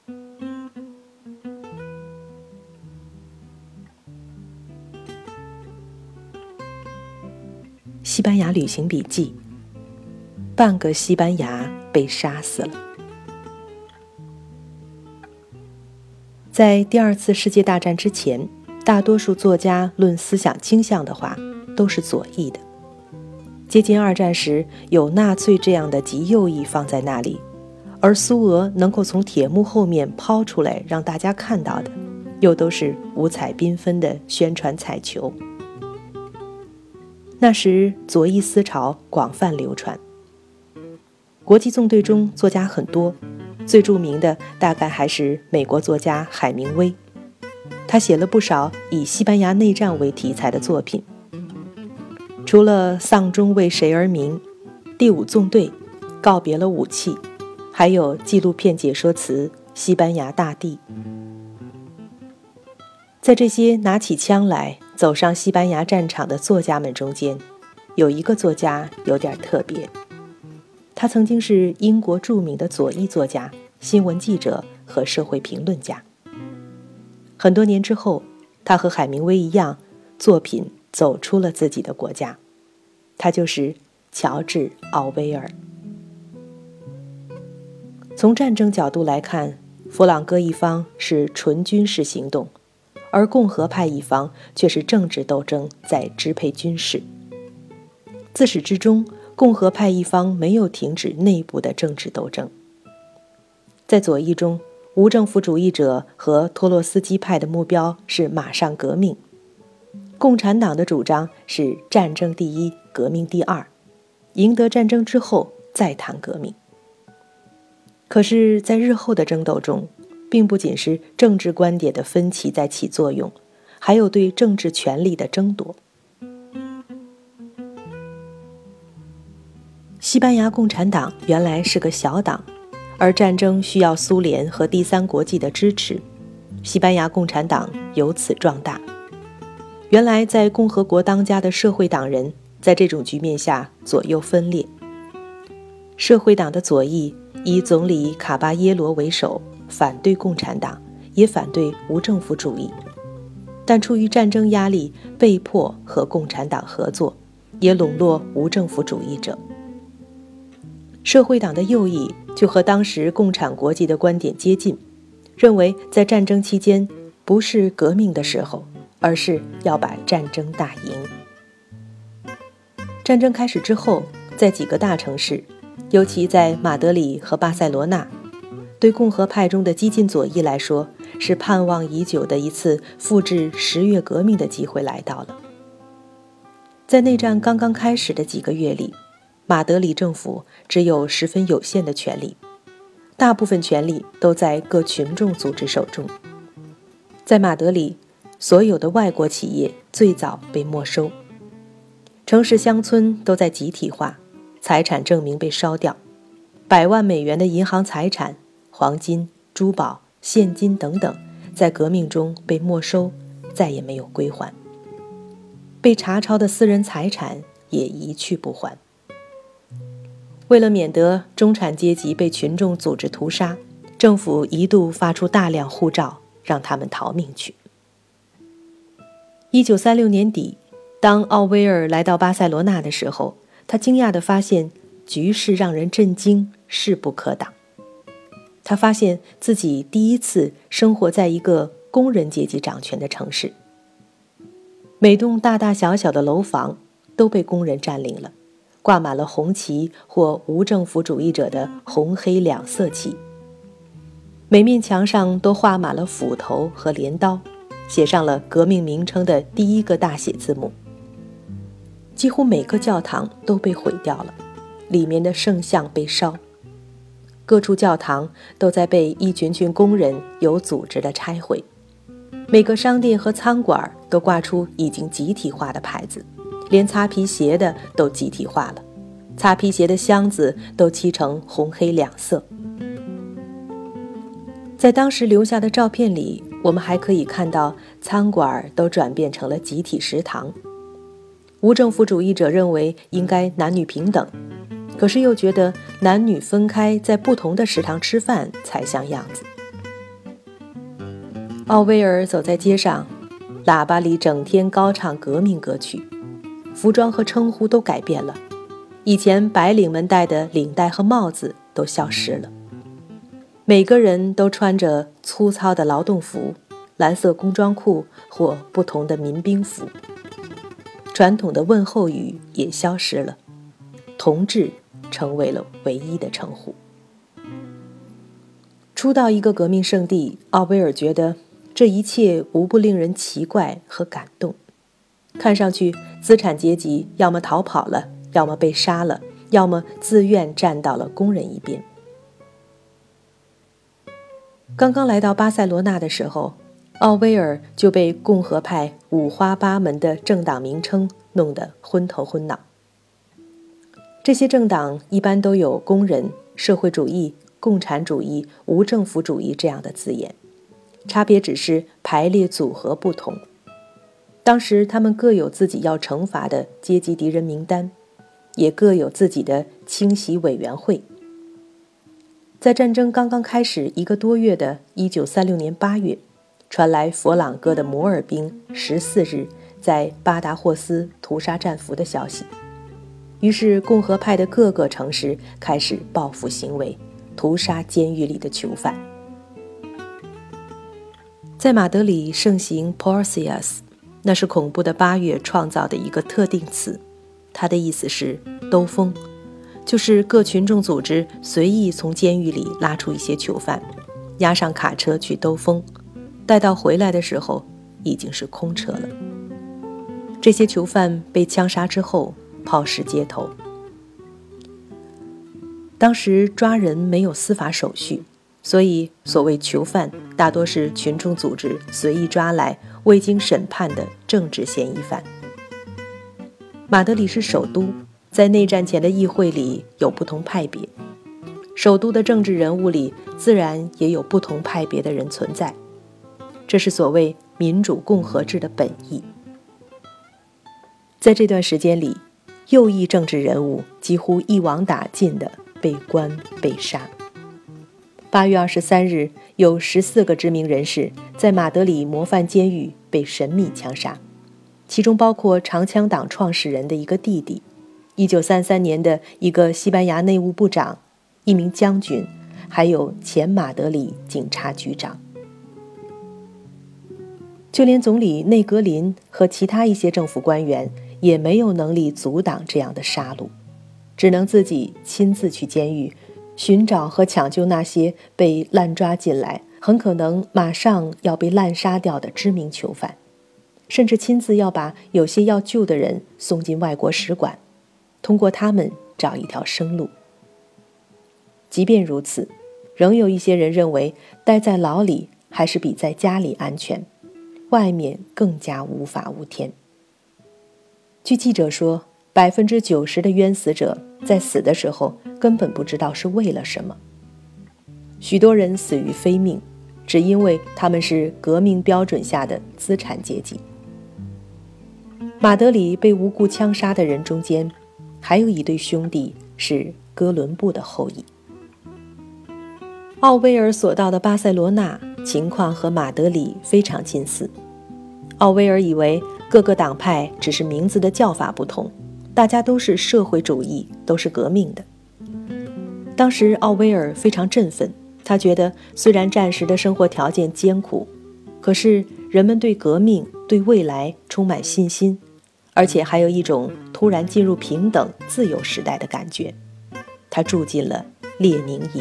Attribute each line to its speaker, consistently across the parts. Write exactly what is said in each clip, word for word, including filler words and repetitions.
Speaker 1: 西班牙旅行笔记，半个西班牙被杀死了。在第二次世界大战之前，大多数作家论思想倾向的话都是左翼的。接近二战时，有纳粹这样的极右翼放在那里，而苏俄能够从铁幕后面抛出来让大家看到的，又都是五彩缤纷的宣传彩球。那时左翼思潮广泛流传，国际纵队中作家很多，最著名的大概还是美国作家海明威，他写了不少以西班牙内战为题材的作品，除了《丧钟为谁而鸣》、《第五纵队》、《告别了武器》，还有纪录片解说词《西班牙大地》。在这些拿起枪来走上西班牙战场的作家们中间，有一个作家有点特别，他曾经是英国著名的左翼作家、新闻记者和社会评论家。很多年之后，他和海明威一样，作品走出了自己的国家，他就是乔治·奥威尔。从战争角度来看，弗朗哥一方是纯军事行动，而共和派一方却是政治斗争在支配军事。自始至终，共和派一方没有停止内部的政治斗争。在左翼中，无政府主义者和托洛斯基派的目标是马上革命，共产党的主张是战争第一，革命第二，赢得战争之后再谈革命。可是在日后的争斗中，并不仅是政治观点的分歧在起作用，还有对政治权力的争夺。西班牙共产党原来是个小党，而战争需要苏联和第三国际的支持，西班牙共产党由此壮大。原来在共和国当家的社会党人在这种局面下左右分裂。社会党的左翼以总理卡巴耶罗为首，反对共产党，也反对无政府主义，但出于战争压力，被迫和共产党合作，也笼络无政府主义者。社会党的右翼就和当时共产国际的观点接近，认为在战争期间不是革命的时候，而是要把战争打赢。战争开始之后，在几个大城市，尤其在马德里和巴塞罗那，对共和派中的激进左翼来说，是盼望已久的一次复制十月革命的机会来到了。在内战刚刚开始的几个月里，马德里政府只有十分有限的权力，大部分权力都在各群众组织手中。在马德里，所有的外国企业最早被没收，城市乡村都在集体化，财产证明被烧掉，百万美元的银行财产、黄金、珠宝、现金等等，在革命中被没收，再也没有归还。被查抄的私人财产也一去不还。为了免得中产阶级被群众组织屠杀，政府一度发出大量护照，让他们逃命去。一九三六年底，当奥威尔来到巴塞罗那的时候，他惊讶地发现局势让人震惊，势不可挡。他发现自己第一次生活在一个工人阶级掌权的城市，每栋大大小小的楼房都被工人占领了，挂满了红旗或无政府主义者的红黑两色旗，每面墙上都画满了斧头和镰刀，写上了革命名称的第一个大写字母。几乎每个教堂都被毁掉了，里面的圣像被烧，各处教堂都在被一群群工人有组织地拆毁，每个商店和餐馆都挂出已经集体化的牌子，连擦皮鞋的都集体化了，擦皮鞋的箱子都漆成红黑两色。在当时留下的照片里，我们还可以看到餐馆都转变成了集体食堂。无政府主义者认为应该男女平等，可是又觉得男女分开在不同的食堂吃饭才像样子。 奥威尔走在街上，喇叭里整天高唱革命歌曲，服装和称呼都改变了，以前白领们戴的领带和帽子都消失了，每个人都穿着粗糙的劳动服，蓝色工装裤或不同的民兵服，传统的问候语也消失了，同志成为了唯一的称呼。初到一个革命圣地，奥威尔觉得这一切无不令人奇怪和感动。看上去资产阶级要么逃跑了，要么被杀了，要么自愿站到了工人一边。刚刚来到巴塞罗那的时候，奥威尔就被共和派五花八门的政党名称弄得昏头昏脑。这些政党一般都有工人、社会主义、共产主义、无政府主义这样的字眼，差别只是排列组合不同。当时他们各有自己要惩罚的阶级敌人名单，也各有自己的清洗委员会。在战争刚刚开始一个多月的一九三六年八月，传来佛朗哥的摩尔兵十四日在巴达霍斯屠杀战俘的消息，于是共和派的各个城市开始报复行为，屠杀监狱里的囚犯。在马德里盛行 Porcias， 那是恐怖的八月创造的一个特定词，它的意思是兜风，就是各群众组织随意从监狱里拉出一些囚犯，押上卡车去兜风，待到回来的时候已经是空车了。这些囚犯被枪杀之后抛尸街头。当时抓人没有司法手续，所以所谓囚犯大多是群众组织随意抓来未经审判的政治嫌疑犯。马德里是首都，在内战前的议会里有不同派别，首都的政治人物里自然也有不同派别的人存在，这是所谓民主共和制的本意。在这段时间里，右翼政治人物几乎一网打尽的被关被杀。八月二十三日，有十四个知名人士在马德里模范监狱被神秘枪杀，其中包括长枪党创始人的一个弟弟，一九三三年的一个西班牙内务部长，一名将军，还有前马德里警察局长。就连总理内格林和其他一些政府官员也没有能力阻挡这样的杀戮，只能自己亲自去监狱寻找和抢救那些被滥抓进来，很可能马上要被滥杀掉的知名囚犯，甚至亲自要把有些要救的人送进外国使馆，通过他们找一条生路。即便如此，仍有一些人认为待在牢里还是比在家里安全，外面更加无法无天。据记者说，百分之九十的冤死者在死的时候根本不知道是为了什么。许多人死于非命，只因为他们是革命标准下的资产阶级。马德里被无故枪杀的人中间，还有一对兄弟是哥伦布的后裔。奥威尔所到的巴塞罗那情况和马德里非常近似。奥威尔以为各个党派只是名字的叫法不同，大家都是社会主义，都是革命的。当时奥威尔非常振奋，他觉得虽然战时的生活条件艰苦，可是人们对革命、对未来充满信心，而且还有一种突然进入平等自由时代的感觉。他住进了列宁营。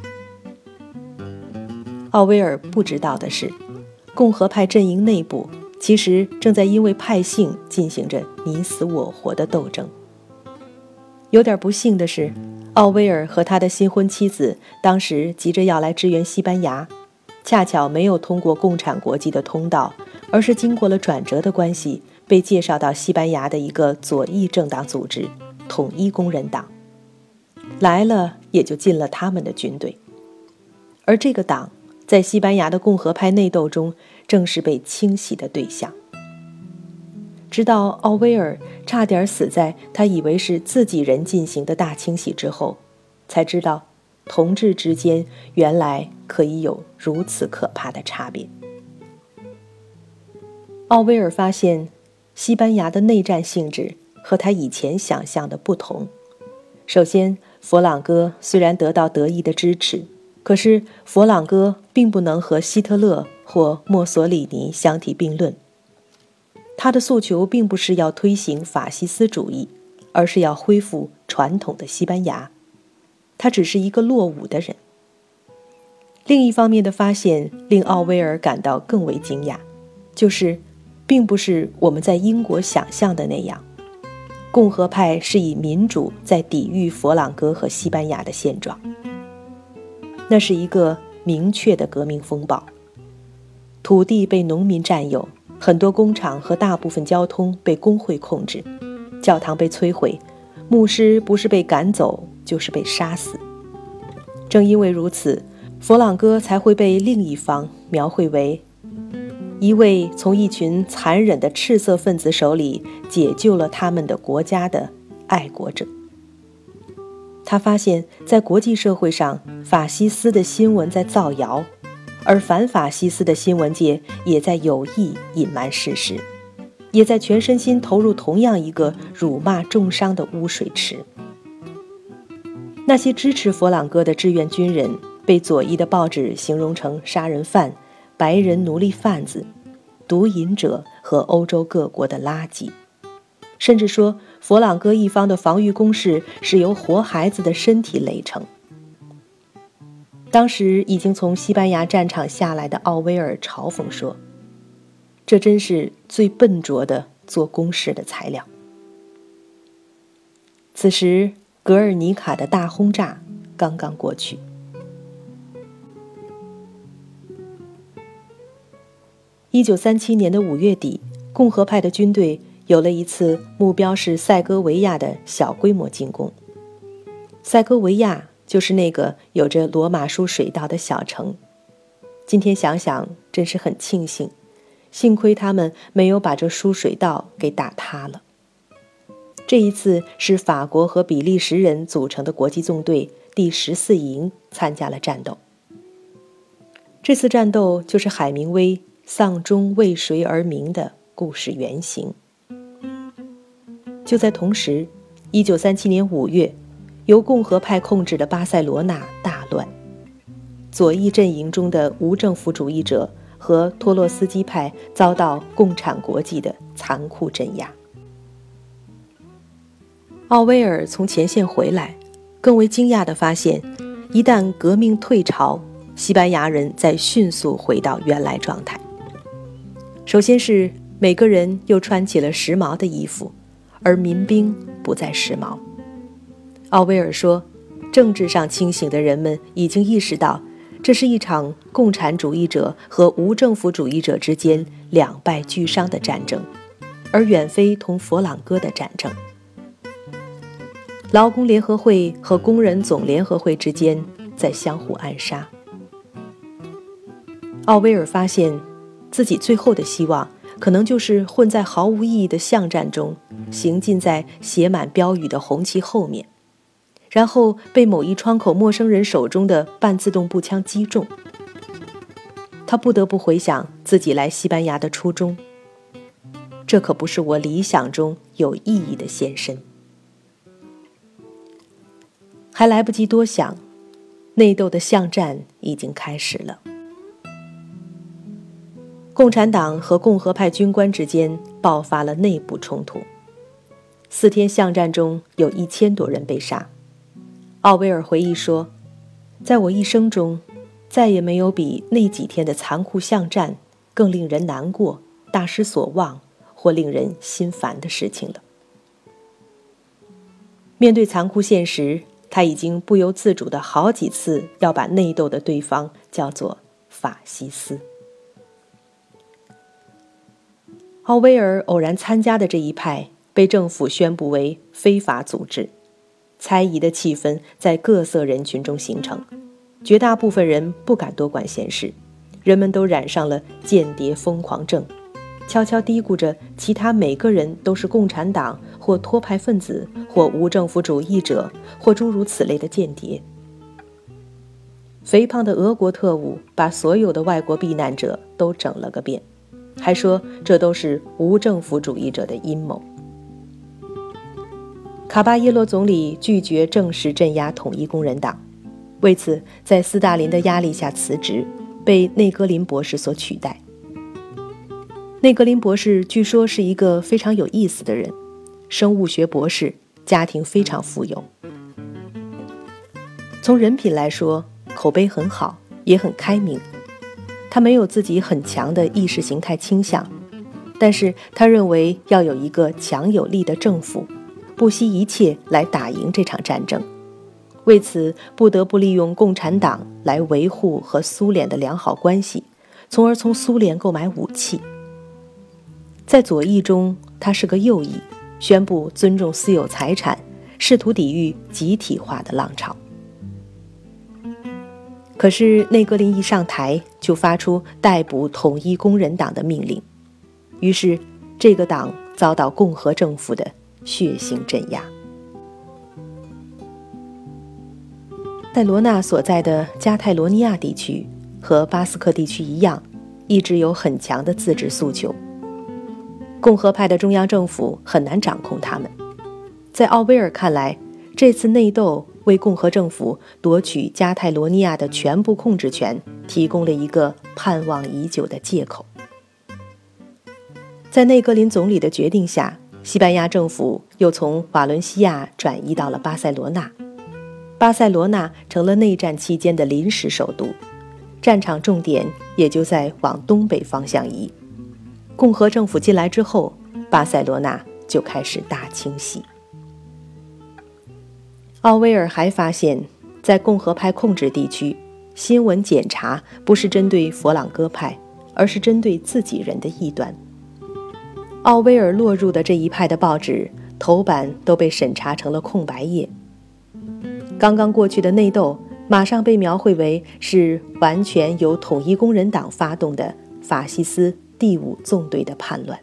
Speaker 1: 奥威尔不知道的是，共和派阵营内部其实正在因为派性进行着你死我活的斗争。有点不幸的是，奥威尔和他的新婚妻子当时急着要来支援西班牙，恰巧没有通过共产国际的通道，而是经过了转折的关系，被介绍到西班牙的一个左翼政党组织统一工人党，来了也就进了他们的军队。而这个党在西班牙的共和派内斗中正是被清洗的对象。直到奥威尔差点死在他以为是自己人进行的大清洗之后，才知道同志之间原来可以有如此可怕的差别。 奥威尔发现，西班牙的内战性质和他以前想象的不同。首先，佛朗哥虽然得到德意的支持，可是佛朗哥并不能和希特勒或墨索里尼相提并论。他的诉求并不是要推行法西斯主义，而是要恢复传统的西班牙。他只是一个落伍的人。另一方面的发现令奥威尔感到更为惊讶，就是并不是我们在英国想象的那样，共和派是以民主在抵御佛朗哥和西班牙的现状。那是一个明确的革命风暴，土地被农民占有，很多工厂和大部分交通被工会控制，教堂被摧毁，牧师不是被赶走就是被杀死。正因为如此，佛朗哥才会被另一方描绘为一位从一群残忍的赤色分子手里解救了他们的国家的爱国者。他发现，在国际社会上，法西斯的新闻在造谣，而反法西斯的新闻界也在有意隐瞒事实，也在全身心投入同样一个辱骂重伤的污水池。那些支持佛朗哥的志愿军人被左翼的报纸形容成杀人犯、白人奴隶贩子、毒瘾者和欧洲各国的垃圾，甚至说佛朗哥一方的防御工事是由活孩子的身体垒成。当时已经从西班牙战场下来的奥威尔嘲讽说，这真是最笨拙的做工事的材料。此时格尔尼卡的大轰炸刚刚过去。一九三七年的五月底，共和派的军队有了一次目标是塞戈维亚的小规模进攻。塞戈维亚就是那个有着罗马书水道的小城。今天想想真是很庆幸，幸亏他们没有把这输水道给打塌了。这一次是法国和比利时人组成的国际纵队第十四营参加了战斗。这次战斗就是海明威丧钟为谁而鸣的故事原型。就在同时，一九三七年五月，由共和派控制的巴塞罗那大乱，左翼阵营中的无政府主义者和托洛斯基派遭到共产国际的残酷镇压。奥威尔从前线回来，更为惊讶地发现，一旦革命退潮，西班牙人在迅速回到原来状态。首先是每个人又穿起了时髦的衣服，而民兵不再时髦。奥威尔说，政治上清醒的人们已经意识到，这是一场共产主义者和无政府主义者之间两败俱伤的战争，而远非同佛朗哥的战争。劳工联合会和工人总联合会之间在相互暗杀。奥威尔发现自己最后的希望可能就是混在毫无意义的巷战中，行进在写满标语的红旗后面，然后被某一窗口陌生人手中的半自动步枪击中。他不得不回想自己来西班牙的初衷，这可不是我理想中有意义的献身。还来不及多想，内斗的巷战已经开始了。共产党和共和派军官之间爆发了内部冲突。四天巷战中有一千多人被杀。奥威尔回忆说，在我一生中再也没有比那几天的残酷巷战更令人难过、大失所望或令人心烦的事情了。面对残酷现实，他已经不由自主地好几次要把内斗的对方叫做法西斯。奥威尔偶然参加的这一派被政府宣布为非法组织，猜疑的气氛在各色人群中形成，绝大部分人不敢多管闲事，人们都染上了间谍疯狂症，悄悄嘀咕着其他每个人都是共产党或托派分子或无政府主义者或诸如此类的间谍。肥胖的俄国特务把所有的外国避难者都整了个遍， 还说这都是无政府主义者的阴谋。卡巴耶罗总理拒绝正式镇压统一工人党，为此在斯大林的压力下辞职，被内戈林博士所取代。内戈林博士据说是一个非常有意思的人，生物学博士，家庭非常富有。从人品来说，口碑很好，也很开明。他没有自己很强的意识形态倾向，但是他认为要有一个强有力的政府，不惜一切来打赢这场战争。为此，不得不利用共产党来维护和苏联的良好关系，从而从苏联购买武器。在左翼中，他是个右翼，宣布尊重私有财产，试图抵御集体化的浪潮。可是内戈林一上台就发出逮捕统一工人党的命令，于是这个党遭到共和政府的血腥镇压。在罗纳所在的加泰罗尼亚地区和巴斯克地区一样，一直有很强的自治诉求。共和派的中央政府很难掌控他们。在奥威尔看来，这次内斗为共和政府夺取加泰罗尼亚的全部控制权提供了一个盼望已久的借口。在内戈林总理的决定下，西班牙政府又从瓦伦西亚转移到了巴塞罗那。巴塞罗那成了内战期间的临时首都，战场重点也就在往东北方向移。共和政府进来之后，巴塞罗那就开始大清洗。奥威尔还发现，在共和派控制地区，新闻检查不是针对佛朗哥派，而是针对自己人的异端。奥威尔落入的这一派的报纸头版都被审查成了空白页。刚刚过去的内斗马上被描绘为是完全由统一工人党发动的法西斯第五纵队的叛乱。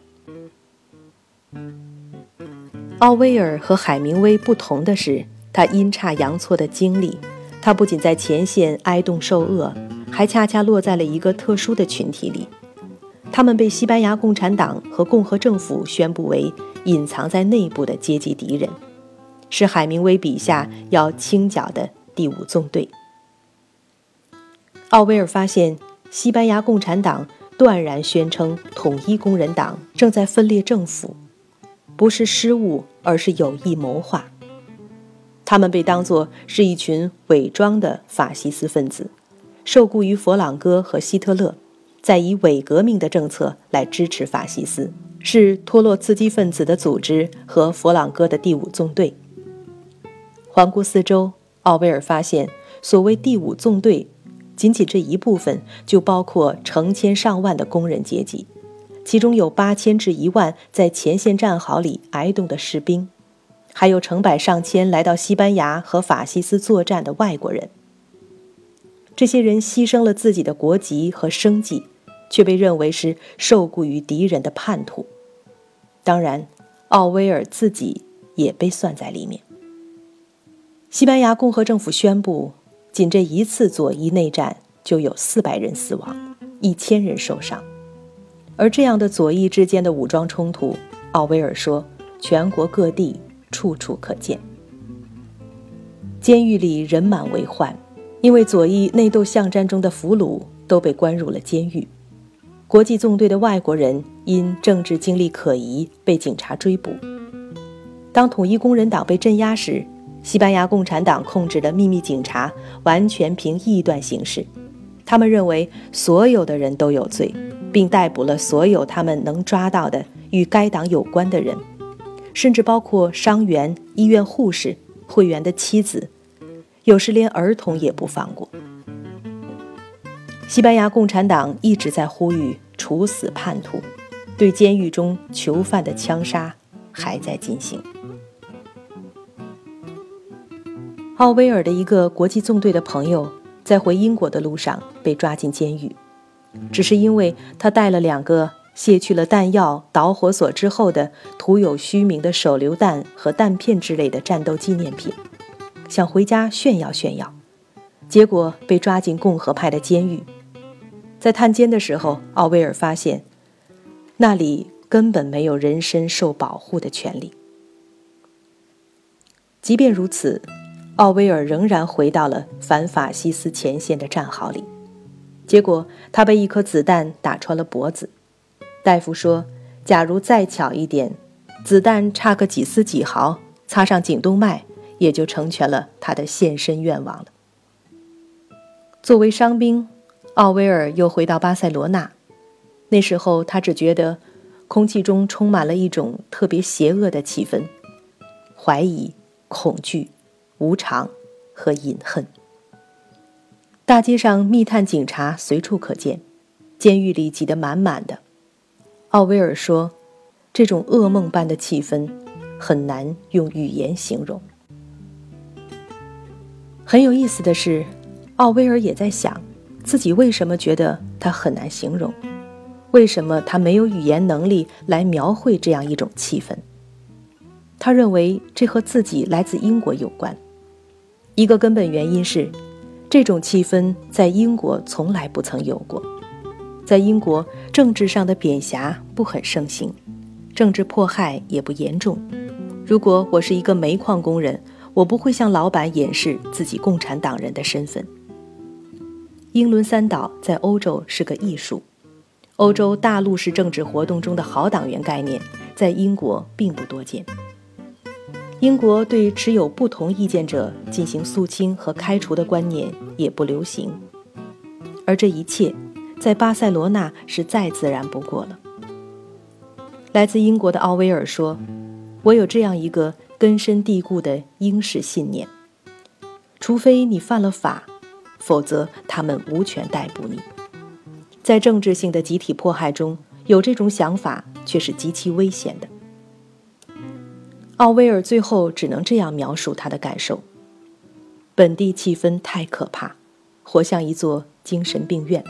Speaker 1: 奥威尔和海明威不同的是，他阴差阳错的经历，他不仅在前线挨冻受饿，还恰恰落在了一个特殊的群体里。他们被西班牙共产党和共和政府宣布为隐藏在内部的阶级敌人，是海明威笔下要清剿的第五纵队。奥威尔发现，西班牙共产党断然宣称统一工人党正在分裂政府，不是失误，而是有意谋划。他们被当作是一群伪装的法西斯分子，受雇于佛朗哥和希特勒，再以伪革命的政策来支持法西斯，是托洛茨基分子的组织和佛朗哥的第五纵队。环顾四周，奥威尔发现，所谓第五纵队，仅仅这一部分就包括成千上万的工人阶级，其中有八千至一万在前线战壕里挨冻的士兵，还有成百上千来到西班牙和法西斯作战的外国人。这些人牺牲了自己的国籍和生计，却被认为是受雇于敌人的叛徒。当然，奥威尔自己也被算在里面。西班牙共和政府宣布，仅这一次左翼内战就有四百人死亡，一千人受伤。而这样的左翼之间的武装冲突，奥威尔说，全国各地处处可见。监狱里人满为患，因为左翼内斗巷战中的俘虏都被关入了监狱。国际纵队的外国人因政治经历可疑被警察追捕。当统一工人党被镇压时，西班牙共产党控制的秘密警察完全凭臆断行事，他们认为所有的人都有罪，并逮捕了所有他们能抓到的与该党有关的人，甚至包括伤员、医院护士、会员的妻子，有时连儿童也不放过。西班牙共产党一直在呼吁处死叛徒，对监狱中囚犯的枪杀还在进行。奥威尔的一个国际纵队的朋友在回英国的路上被抓进监狱，只是因为他带了两个卸去了弹药导火索之后的涂有虚名的手榴弹和弹片之类的战斗纪念品，想回家炫耀炫耀，结果被抓进共和派的监狱。在探监的时候，奥威尔发现那里根本没有人身受保护的权利。即便如此，奥威尔仍然回到了反法西斯前线的战壕里，结果他被一颗子弹打穿了脖子。大夫说，假如再巧一点，子弹差个几丝几毫，插上颈动脉，也就成全了他的献身愿望了。作为伤兵，奥威尔又回到巴塞罗那。那时候他只觉得空气中充满了一种特别邪恶的气氛，怀疑、恐惧、无常和隐恨。大街上密探警察随处可见，监狱里挤得满满的。奥威尔说，这种噩梦般的气氛很难用语言形容。很有意思的是，奥威尔也在想，自己为什么觉得他很难形容，为什么他没有语言能力来描绘这样一种气氛。他认为这和自己来自英国有关。一个根本原因是，这种气氛在英国从来不曾有过。在英国，政治上的贬狭不很盛行，政治迫害也不严重。如果我是一个煤矿工人，我不会向老板掩饰自己共产党人的身份。英伦三岛在欧洲是个艺术，欧洲大陆式政治活动中的好党员概念在英国并不多见。英国对持有不同意见者进行肃清和开除的观念也不流行，而这一切在巴塞罗那是再自然不过了。来自英国的奥威尔说，我有这样一个根深蒂固的英式信念，除非你犯了法，否则他们无权逮捕你。在政治性的集体迫害中，有这种想法却是极其危险的。奥威尔最后只能这样描述他的感受：本地气氛太可怕，活像一座精神病院。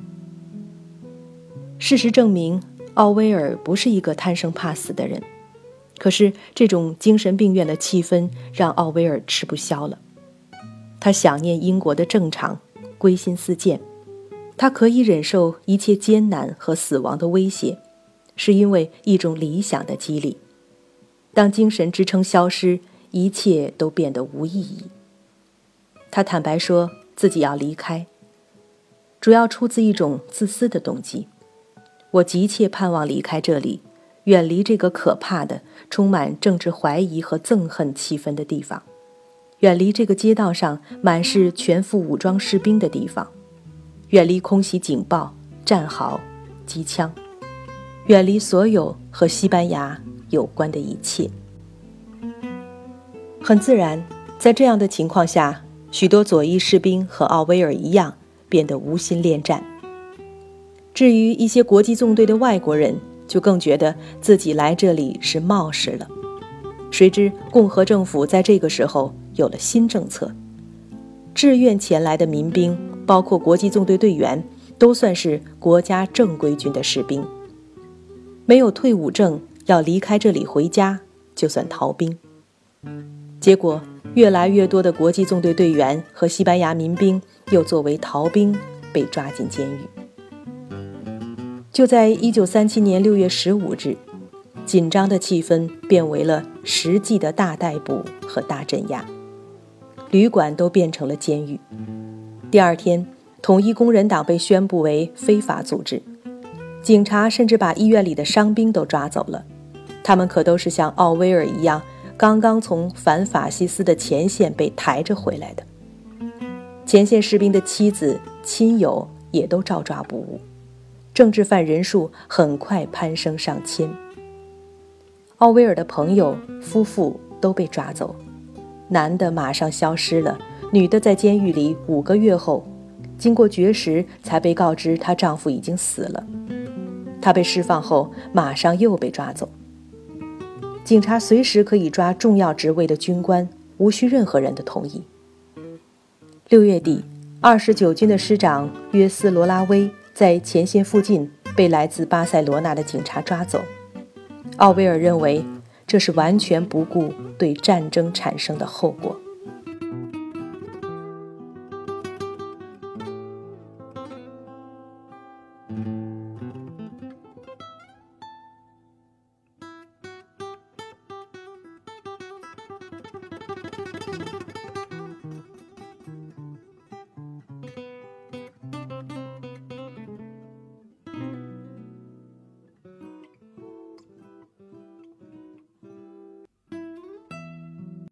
Speaker 1: 事实证明，奥威尔不是一个贪生怕死的人，可是这种精神病院的气氛让奥威尔吃不消了。他想念英国的正常，归心似箭。他可以忍受一切艰难和死亡的威胁，是因为一种理想的激励。当精神支撑消失，一切都变得无意义。他坦白说自己要离开，主要出自一种自私的动机。我急切盼望离开这里，远离这个可怕的、充满政治怀疑和憎恨气氛的地方，远离这个街道上满是全副武装士兵的地方，远离空袭警报、战壕、机枪，远离所有和西班牙有关的一切。很自然，在这样的情况下，许多左翼士兵和奥威尔一样变得无心恋战。至于一些国际纵队的外国人，就更觉得自己来这里是冒失了。谁知共和政府在这个时候有了新政策，志愿前来的民兵，包括国际纵队队员，都算是国家正规军的士兵，没有退伍证，要离开这里回家就算逃兵。结果越来越多的国际纵队队员和西班牙民兵又作为逃兵被抓进监狱。就在一九三七年六月十五日，紧张的气氛变为了实际的大逮捕和大镇压，旅馆都变成了监狱。第二天，统一工人党被宣布为非法组织，警察甚至把医院里的伤兵都抓走了。他们可都是像奥威尔一样，刚刚从反法西斯的前线被抬着回来的。前线士兵的妻子、亲友也都照抓不误，政治犯人数很快攀升上千。奥威尔的朋友、夫妇都被抓走，男的马上消失了，女的在监狱里五个月后，经过绝食才被告知她丈夫已经死了。她被释放后，马上又被抓走。警察随时可以抓重要职位的军官，无需任何人的同意。六月底，二十九军的师长约斯罗拉威在前线附近被来自巴塞罗那的警察抓走。奥威尔认为这是完全不顾对战争产生的后果。